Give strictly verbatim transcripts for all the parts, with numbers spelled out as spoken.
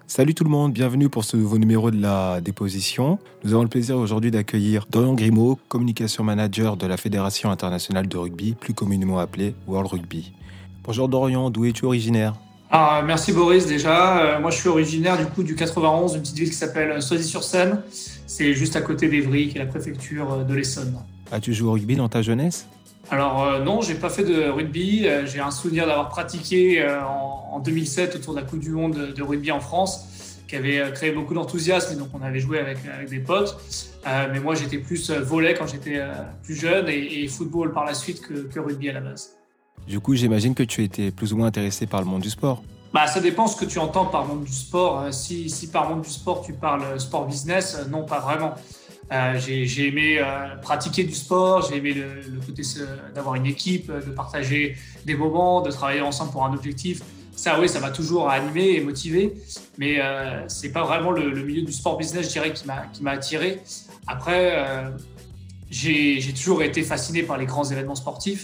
Salut tout le monde, bienvenue pour ce nouveau numéro de la déposition. Nous avons le plaisir aujourd'hui d'accueillir Dorian Grimaud, Communication Manager de la Fédération internationale de rugby, plus communément appelée World Rugby. Bonjour Dorian, d'où es-tu originaire ? Ah, merci Boris déjà. Euh, moi je suis originaire du coup du quatre-vingt-onze, une petite ville qui s'appelle Soisy-sur-Seine. C'est juste à côté d'Évry, qui est la préfecture de l'Essonne. As-tu joué au rugby dans ta jeunesse ? Alors euh, non, j'ai pas fait de rugby. Euh, j'ai un souvenir d'avoir pratiqué euh, en, en deux mille sept autour de la Coupe du Monde de, de rugby en France, qui avait euh, créé beaucoup d'enthousiasme. Et donc on avait joué avec, avec des potes. Euh, mais moi j'étais plus euh, volley quand j'étais euh, plus jeune et, et football par la suite que, que rugby à la base. Du coup, j'imagine que tu étais plus ou moins intéressé par le monde du sport. Bah, ça dépend ce que tu entends par monde du sport. Euh, si, si par monde du sport tu parles sport business, euh, non pas vraiment. Euh, j'ai, j'ai aimé euh, pratiquer du sport, j'ai aimé le, le côté euh, d'avoir une équipe, de partager des moments, de travailler ensemble pour un objectif. Ça, oui, ça m'a toujours animé et motivé, mais euh, c'est pas vraiment le, le milieu du sport business, je dirais, qui m'a, qui m'a attiré. Après, euh, j'ai, j'ai toujours été fasciné par les grands événements sportifs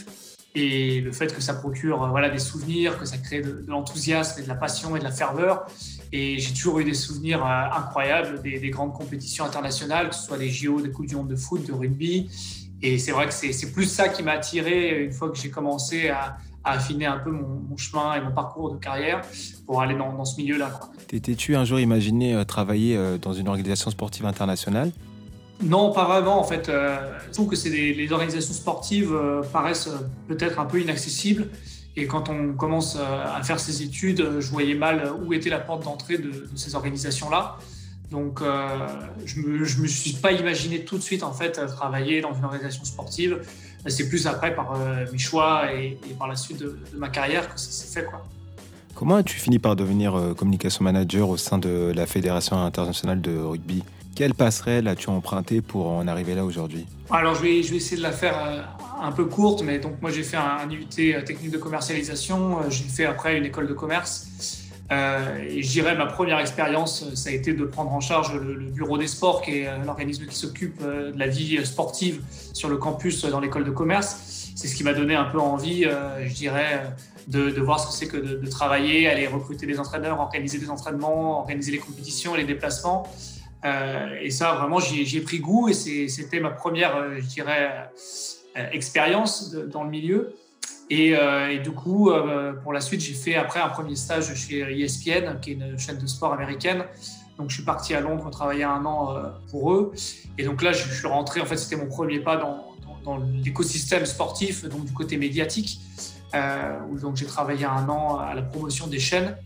et le fait que ça procure euh, voilà, des souvenirs, que ça crée de, de l'enthousiasme et de la passion et de la ferveur. Et j'ai toujours eu des souvenirs euh, incroyables des, des grandes compétitions internationales, que ce soit des J O, des Coupes du Monde de foot, de rugby. Et c'est vrai que c'est, c'est plus ça qui m'a attiré une fois que j'ai commencé à, à affiner un peu mon, mon chemin et mon parcours de carrière pour aller dans, dans ce milieu-là, quoi. T'étais-tu un jour imaginé euh, travailler euh, dans une organisation sportive internationale ? Non, pas vraiment. En fait, euh, je trouve que c'est des, les organisations sportives euh, paraissent euh, peut-être un peu inaccessibles. Et quand on commence à faire ses études, je voyais mal où était la porte d'entrée de, de ces organisations-là. Donc, euh, je me, je me suis pas imaginé tout de suite en fait travailler dans une organisation sportive. C'est plus après par euh, mes choix et, et par la suite de, de ma carrière que ça s'est fait, quoi. Comment as-tu fini par devenir euh, communication manager au sein de la Fédération internationale de rugby ? Quelle passerelle as-tu emprunté pour en arriver là aujourd'hui ? Alors, je vais, je vais essayer de la faire euh, un peu courte, mais donc moi j'ai fait un, un I U T technique de commercialisation, j'ai fait après une école de commerce. Euh, et je dirais ma première expérience, ça a été de prendre en charge le, le bureau des sports, qui est l'organisme qui s'occupe de la vie sportive sur le campus dans l'école de commerce. C'est ce qui m'a donné un peu envie, euh, je dirais, de, de voir ce que c'est que de, de travailler, aller recruter des entraîneurs, organiser des entraînements, organiser les compétitions, les déplacements. Euh, et ça, vraiment, j'y, j'y ai pris goût et c'est, c'était ma première, euh, je dirais, euh, expérience de, dans le milieu. Et, euh, et du coup, euh, pour la suite, j'ai fait après un premier stage chez E S P N, qui est une chaîne de sport américaine. Donc, je suis parti à Londres travailler un an euh, pour eux. Et donc là, je, je suis rentré, en fait, c'était mon premier pas dans, dans, dans l'écosystème sportif, donc du côté médiatique, euh, où donc, j'ai travaillé un an à la promotion des chaînes.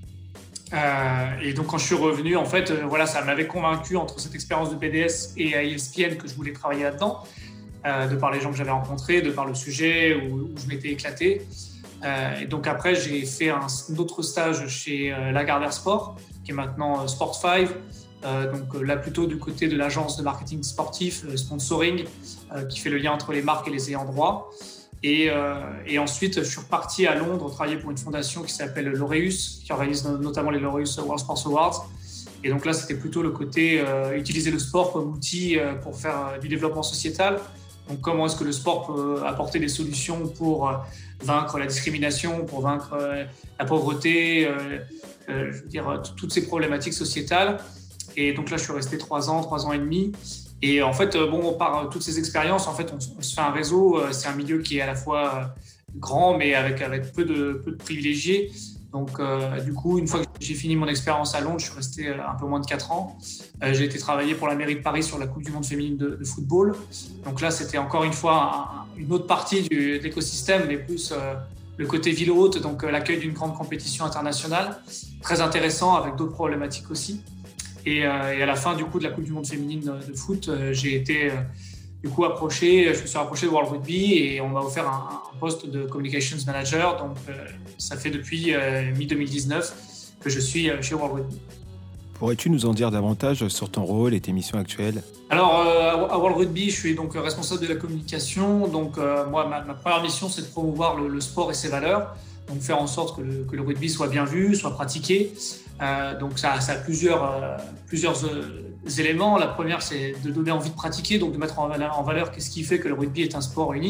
Euh, et donc quand je suis revenu, en fait, euh, voilà, ça m'avait convaincu entre cette expérience de B D S et à E S P N que je voulais travailler là-dedans, euh, de par les gens que j'avais rencontrés, de par le sujet où, où je m'étais éclaté. Euh, et donc après, j'ai fait un, un autre stage chez euh, Lagardère Sport, qui est maintenant euh, Sport cinq, euh, donc euh, là plutôt du côté de l'agence de marketing sportif, euh, sponsoring, euh, qui fait le lien entre les marques et les ayants droit. Et, euh, et ensuite, je suis reparti à Londres travailler pour une fondation qui s'appelle Laureus, qui organise notamment les Laureus World Sports Awards. Et donc là, c'était plutôt le côté euh, utiliser le sport comme outil euh, pour faire euh, du développement sociétal. Donc comment est-ce que le sport peut apporter des solutions pour euh, vaincre la discrimination, pour vaincre euh, la pauvreté, euh, euh, je veux dire, t- toutes ces problématiques sociétales. Et donc là, je suis resté trois ans, trois ans et demi. Et en fait, bon, par toutes ces expériences, en fait, on, on se fait un réseau. C'est un milieu qui est à la fois grand, mais avec, avec peu, de, peu de privilégiés. Donc, euh, du coup, une fois que j'ai fini mon expérience à Londres, je suis resté un peu moins de quatre ans. Euh, j'ai été travailler pour la mairie de Paris sur la Coupe du Monde féminine de, de football. Donc là, c'était encore une fois un, une autre partie du, de l'écosystème, mais plus euh, le côté ville haute, donc euh, l'accueil d'une grande compétition internationale. Très intéressant, avec d'autres problématiques aussi. Et, euh, et à la fin du coup de la Coupe du Monde féminine de, de foot, euh, j'ai été euh, du coup approché, je me suis rapproché de World Rugby et on m'a offert un, un poste de Communications Manager. Donc euh, ça fait depuis euh, mi deux mille dix-neuf que je suis euh, chez World Rugby. Pourrais-tu nous en dire davantage sur ton rôle et tes missions actuelles ? Alors euh, à World Rugby, je suis donc responsable de la communication. Donc euh, moi, ma, ma première mission, c'est de promouvoir le, le sport et ses valeurs. Donc faire en sorte que le, que le rugby soit bien vu, soit pratiqué. Euh, donc ça, ça a plusieurs, euh, plusieurs euh, éléments. La première, c'est de donner envie de pratiquer, donc de mettre en valeur, en valeur qu'est-ce qui fait que le rugby est un sport unique.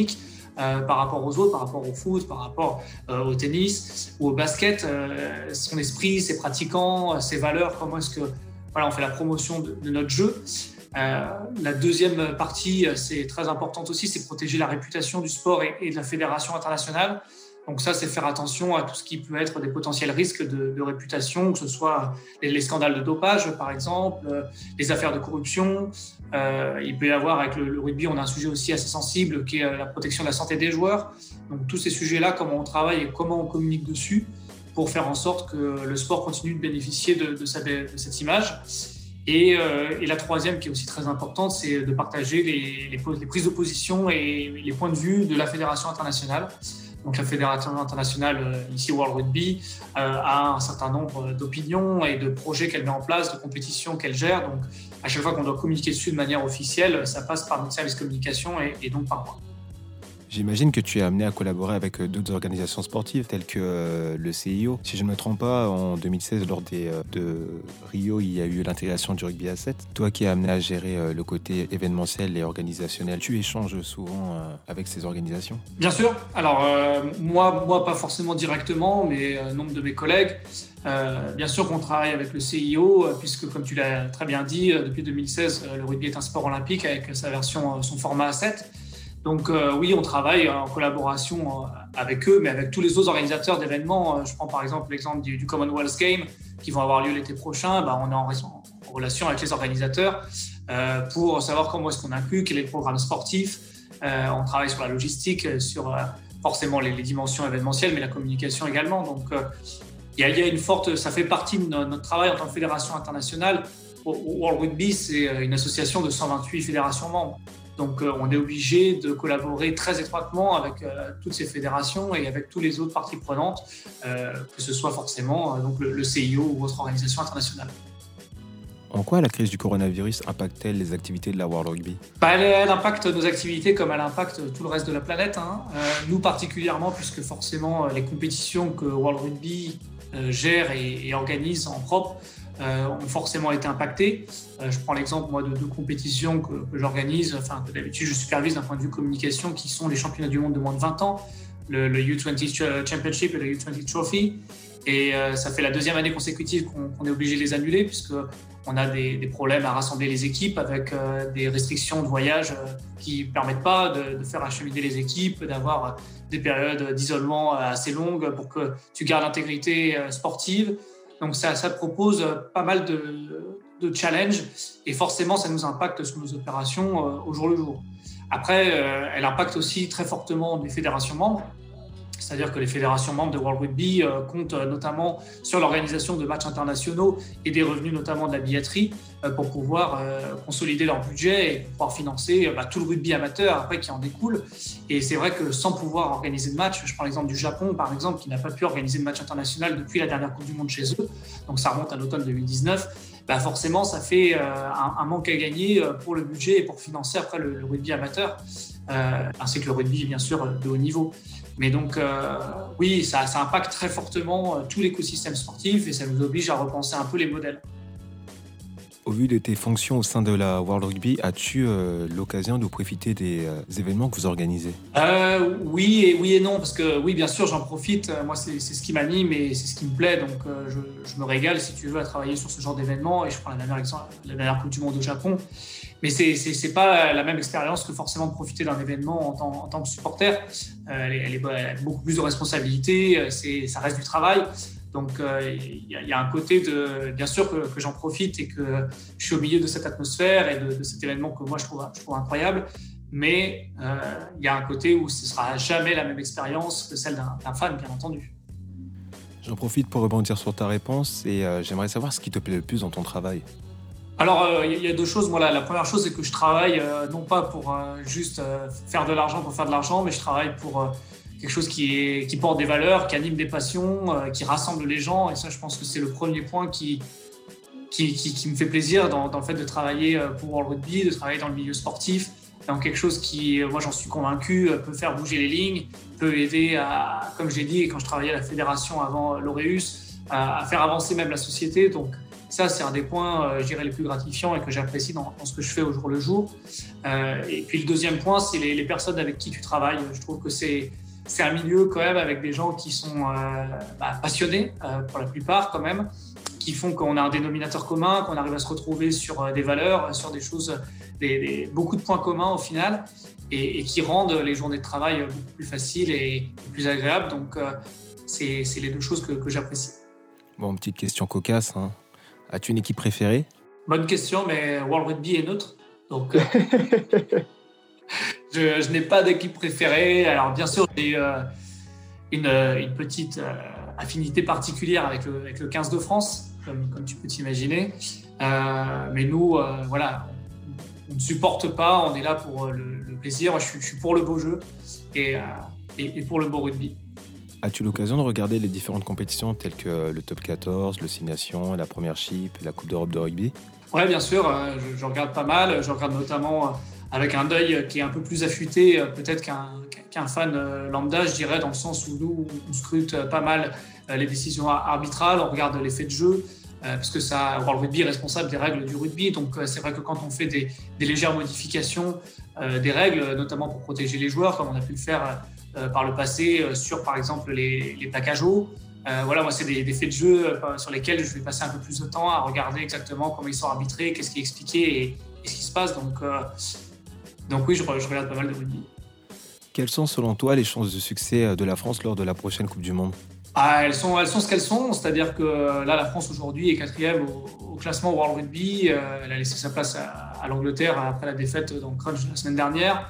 euh, par rapport aux autres, par rapport au foot, par rapport euh, au tennis ou au basket, euh, son esprit, ses pratiquants, ses valeurs, comment est-ce que voilà, on fait la promotion de, de notre jeu. Euh, la deuxième partie, c'est très importante aussi, c'est protéger la réputation du sport et, et de la fédération internationale. Donc ça, c'est faire attention à tout ce qui peut être des potentiels risques de, de réputation, que ce soit les, les scandales de dopage, par exemple, euh, les affaires de corruption. Euh, il peut y avoir, avec le, le rugby, on a un sujet aussi assez sensible qui est la protection de la santé des joueurs. Donc tous ces sujets-là, comment on travaille et comment on communique dessus pour faire en sorte que le sport continue de bénéficier de, de, cette, de cette image. Et, euh, et la troisième, qui est aussi très importante, c'est de partager les, les, les prises de position et les points de vue de la Fédération internationale. Donc la Fédération internationale, ici World Rugby, euh, a un certain nombre d'opinions et de projets qu'elle met en place, de compétitions qu'elle gère. Donc à chaque fois qu'on doit communiquer dessus de manière officielle, ça passe par notre service communication et, et donc par moi. J'imagine que tu es amené à collaborer avec d'autres organisations sportives telles que euh, le C I O. Si je ne me trompe pas, en deux mille seize, lors des, euh, de Rio, il y a eu l'intégration du rugby à sept. Toi qui es amené à gérer euh, le côté événementiel et organisationnel, tu échanges souvent euh, avec ces organisations? Bien sûr. Alors euh, moi, moi, pas forcément directement, mais euh, nombre de mes collègues. Euh, bien sûr qu'on travaille avec le C I O, euh, puisque comme tu l'as très bien dit, euh, depuis deux mille seize, euh, le rugby est un sport olympique avec sa version, euh, son format A sept. Donc euh, oui, on travaille en collaboration euh, avec eux, mais avec tous les autres organisateurs d'événements. Euh, je prends par exemple l'exemple du, du Commonwealth Games qui vont avoir lieu l'été prochain. Bah, on est en, en relation avec les organisateurs euh, pour savoir comment est-ce qu'on inclut, quel est le programme sportif. Euh, on travaille sur la logistique, sur euh, forcément les, les dimensions événementielles, mais la communication également. Donc il euh, y, y a une forte, ça fait partie de notre, notre travail en tant que fédération internationale. World Rugby, c'est une association de cent vingt-huit fédérations membres. Donc, euh, on est obligé de collaborer très étroitement avec euh, toutes ces fédérations et avec tous les autres parties prenantes, euh, que ce soit forcément euh, donc le, le C I O ou autre organisation internationale. En quoi la crise du coronavirus impacte-t-elle les activités de la World Rugby? Bah, elle, elle impacte nos activités comme elle impacte tout le reste de la planète. Hein. Euh, nous particulièrement, puisque forcément les compétitions que World Rugby euh, gère et, et organise en propre Euh, ont forcément été impactés. Euh, je prends l'exemple moi de deux compétitions que, que j'organise, enfin que d'habitude je supervise d'un point de vue communication, qui sont les championnats du monde de moins de vingt ans, le, le U vingt Championship et le U vingt Trophy. Et euh, ça fait la deuxième année consécutive qu'on, qu'on est obligé de les annuler, puisque on a des, des problèmes à rassembler les équipes avec euh, des restrictions de voyage euh, qui ne permettent pas de, de faire acheminer les équipes, d'avoir des périodes d'isolement assez longues pour que tu gardes l'intégrité euh, sportive. Donc ça, ça propose pas mal de, de challenges et forcément ça nous impacte sur nos opérations euh, au jour le jour. Après, euh, elle impacte aussi très fortement les fédérations membres. C'est-à-dire que les fédérations membres de World Rugby euh, comptent euh, notamment sur l'organisation de matchs internationaux et des revenus notamment de la billetterie euh, pour pouvoir euh, consolider leur budget et pouvoir financer euh, bah, tout le rugby amateur après qui en découle. Et c'est vrai que sans pouvoir organiser de matchs, je prends l'exemple du Japon par exemple qui n'a pas pu organiser de match international depuis la dernière Coupe du Monde chez eux, donc ça remonte à l'automne deux mille dix-neuf, bah forcément ça fait euh, un, un manque à gagner pour le budget et pour financer après le, le rugby amateur, euh, ainsi que le rugby bien sûr de haut niveau. Mais donc, euh, oui, ça, ça impacte très fortement euh, tout l'écosystème sportif et ça nous oblige à repenser un peu les modèles. Au vu de tes fonctions au sein de la World Rugby, as-tu euh, l'occasion de profiter des euh, événements que vous organisez? euh, Oui et oui et non, parce que oui, bien sûr, j'en profite. Moi, c'est, c'est ce qui m'anime et c'est ce qui me plaît. Donc, euh, je, je me régale, si tu veux, à travailler sur ce genre d'événements. Et je prends la dernière, la dernière Coupe du Monde au Japon. Mais c'est, c'est, c'est pas la même expérience que forcément de profiter d'un événement en tant, en tant que supporter. Euh, elle, est, elle, est, elle a beaucoup plus de responsabilités, c'est, ça reste du travail. Donc il euh, y, y a un côté de, bien sûr que, que j'en profite et que je suis au milieu de cette atmosphère et de, de cet événement que moi je trouve, je trouve incroyable. Mais il euh, y a un côté où ce sera jamais la même expérience que celle d'un, d'un fan, bien entendu. J'en profite pour rebondir sur ta réponse et euh, j'aimerais savoir ce qui te plaît le plus dans ton travail. Alors, il euh, y, y a deux choses. Moi, la, la première chose, c'est que je travaille euh, non pas pour euh, juste euh, faire de l'argent pour faire de l'argent, mais je travaille pour euh, quelque chose qui, est, qui porte des valeurs, qui anime des passions, euh, qui rassemble les gens. Et ça, je pense que c'est le premier point qui, qui, qui, qui me fait plaisir dans, dans le fait de travailler pour World Rugby, de travailler dans le milieu sportif, dans quelque chose qui, moi, j'en suis convaincu, peut faire bouger les lignes, peut aider à, comme j'ai dit, quand je travaillais à la fédération avant l'Aureus, à, à faire avancer même la société. Donc, Ça, c'est un des points, euh, je dirais, les plus gratifiants et que j'apprécie dans, dans ce que je fais au jour le jour. Euh, et puis le deuxième point, c'est les, les personnes avec qui tu travailles. Je trouve que c'est, c'est un milieu quand même avec des gens qui sont euh, bah, passionnés, euh, pour la plupart quand même, qui font qu'on a un dénominateur commun, qu'on arrive à se retrouver sur euh, des valeurs, sur des choses, des, des, beaucoup de points communs au final, et, et qui rendent les journées de travail beaucoup plus faciles et plus agréables. Donc, euh, c'est, c'est les deux choses que, que j'apprécie. Bon, petite question cocasse, hein. As-tu une équipe préférée ? Bonne question, mais World Rugby est neutre. Donc, euh, je, je n'ai pas d'équipe préférée. Alors, bien sûr, j'ai euh, une, une petite euh, affinité particulière avec le, avec le quinze de France, comme, comme tu peux t'imaginer. Euh, mais nous, euh, voilà, on, on ne supporte pas. On est là pour le, le plaisir. Je suis, je suis pour le beau jeu et, euh, et, et pour le beau rugby. As-tu l'occasion de regarder les différentes compétitions telles que le Top quatorze, le Six Nations, la Premiership, la Coupe d'Europe de rugby ? Oui, bien sûr, euh, je, je regarde pas mal. Je regarde notamment euh, avec un œil qui est un peu plus affûté, euh, peut-être qu'un, qu'un fan euh, lambda, je dirais, dans le sens où nous, on scrute pas mal euh, les décisions arbitrales, on regarde l'effet de jeu, euh, parce que ça, World Rugby est responsable des règles du rugby. Donc, euh, c'est vrai que quand on fait des, des légères modifications euh, des règles, notamment pour protéger les joueurs, comme on a pu le faire euh, par le passé euh, sur, par exemple, les, les plaquages hauts, Euh, voilà, moi, c'est des, des faits de jeu euh, sur lesquels je vais passer un peu plus de temps à regarder exactement comment ils sont arbitrés, qu'est-ce qui est expliqué et, et ce qui se passe. Donc, euh, donc oui, je, je regarde pas mal de rugby. Quelles sont, selon toi, les chances de succès de la France lors de la prochaine Coupe du Monde ? Ah, elles sont, elles sont ce qu'elles sont, c'est-à-dire que là, la France aujourd'hui est quatrième au, au classement World Rugby. Euh, elle a laissé sa place à, à l'Angleterre après la défaite dans le Crunch la semaine dernière.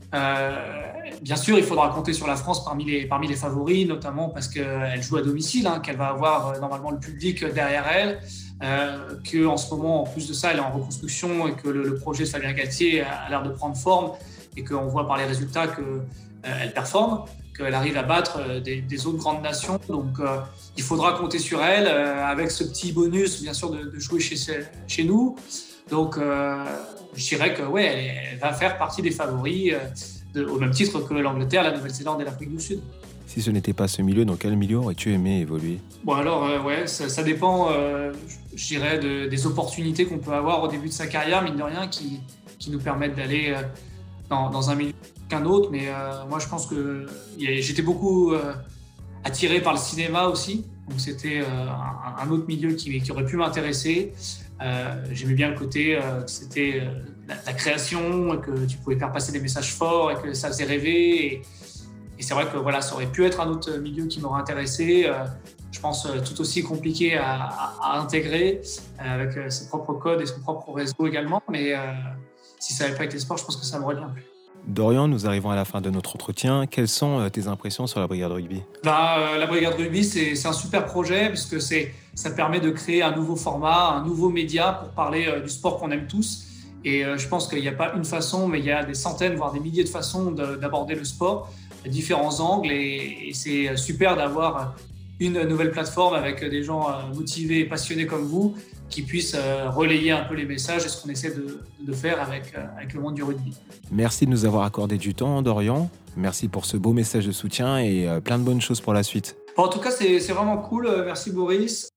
Euh, bien sûr, il faudra compter sur la France parmi les, parmi les favoris, notamment parce qu'elle joue à domicile, hein, qu'elle va avoir euh, normalement le public derrière elle, euh, qu'en ce moment, en plus de ça, elle est en reconstruction et que le, le projet de Fabien Galtier a, a l'air de prendre forme et qu'on voit par les résultats qu'elle euh, performe, qu'elle arrive à battre euh, des, des autres grandes nations. Donc, euh, il faudra compter sur elle, euh, avec ce petit bonus, bien sûr, de, de jouer chez, chez nous. Donc, euh, je dirais que ouais, elle, elle va faire partie des favoris, euh, de, au même titre que l'Angleterre, la Nouvelle-Zélande et l'Afrique du Sud. Si ce n'était pas ce milieu, dans quel milieu aurais-tu aimé évoluer ? Bon alors, euh, ouais, ça, ça dépend, euh, je dirais, de, des opportunités qu'on peut avoir au début de sa carrière, mine de rien, qui, qui nous permettent d'aller euh, dans, dans un milieu qu'un autre. Mais euh, moi, je pense que j'étais beaucoup euh, attiré par le cinéma aussi. Donc, c'était euh, un, un autre milieu qui, qui aurait pu m'intéresser. Euh, j'aimais bien le côté euh, que c'était euh, la, la création, que tu pouvais faire passer des messages forts et que ça faisait rêver. Et, et c'est vrai que voilà, ça aurait pu être un autre milieu qui m'aurait intéressé. Euh, je pense euh, tout aussi compliqué à, à, à intégrer euh, avec euh, ses propres codes et son propre réseau également. Mais euh, si ça n'avait pas été le sport, je pense que ça m'aurait bien plu. Dorian, nous arrivons à la fin de notre entretien. Quelles sont tes impressions sur la Brigade Rugby ? Ben, euh, la Brigade Rugby, c'est, c'est un super projet parce que c'est, ça permet de créer un nouveau format, un nouveau média pour parler euh, du sport qu'on aime tous. Et euh, je pense qu'il n'y a pas une façon, mais il y a des centaines, voire des milliers de façons de, d'aborder le sport, à différents angles. Et, et c'est super d'avoir une nouvelle plateforme avec des gens euh, motivés et passionnés comme vous qui puissent euh, relayer un peu les messages et ce qu'on essaie de, de faire avec, euh, avec le monde du rugby. Merci de nous avoir accordé du temps, Dorian. Merci pour ce beau message de soutien et euh, plein de bonnes choses pour la suite. Bon, en tout cas, c'est, c'est vraiment cool. Merci Boris.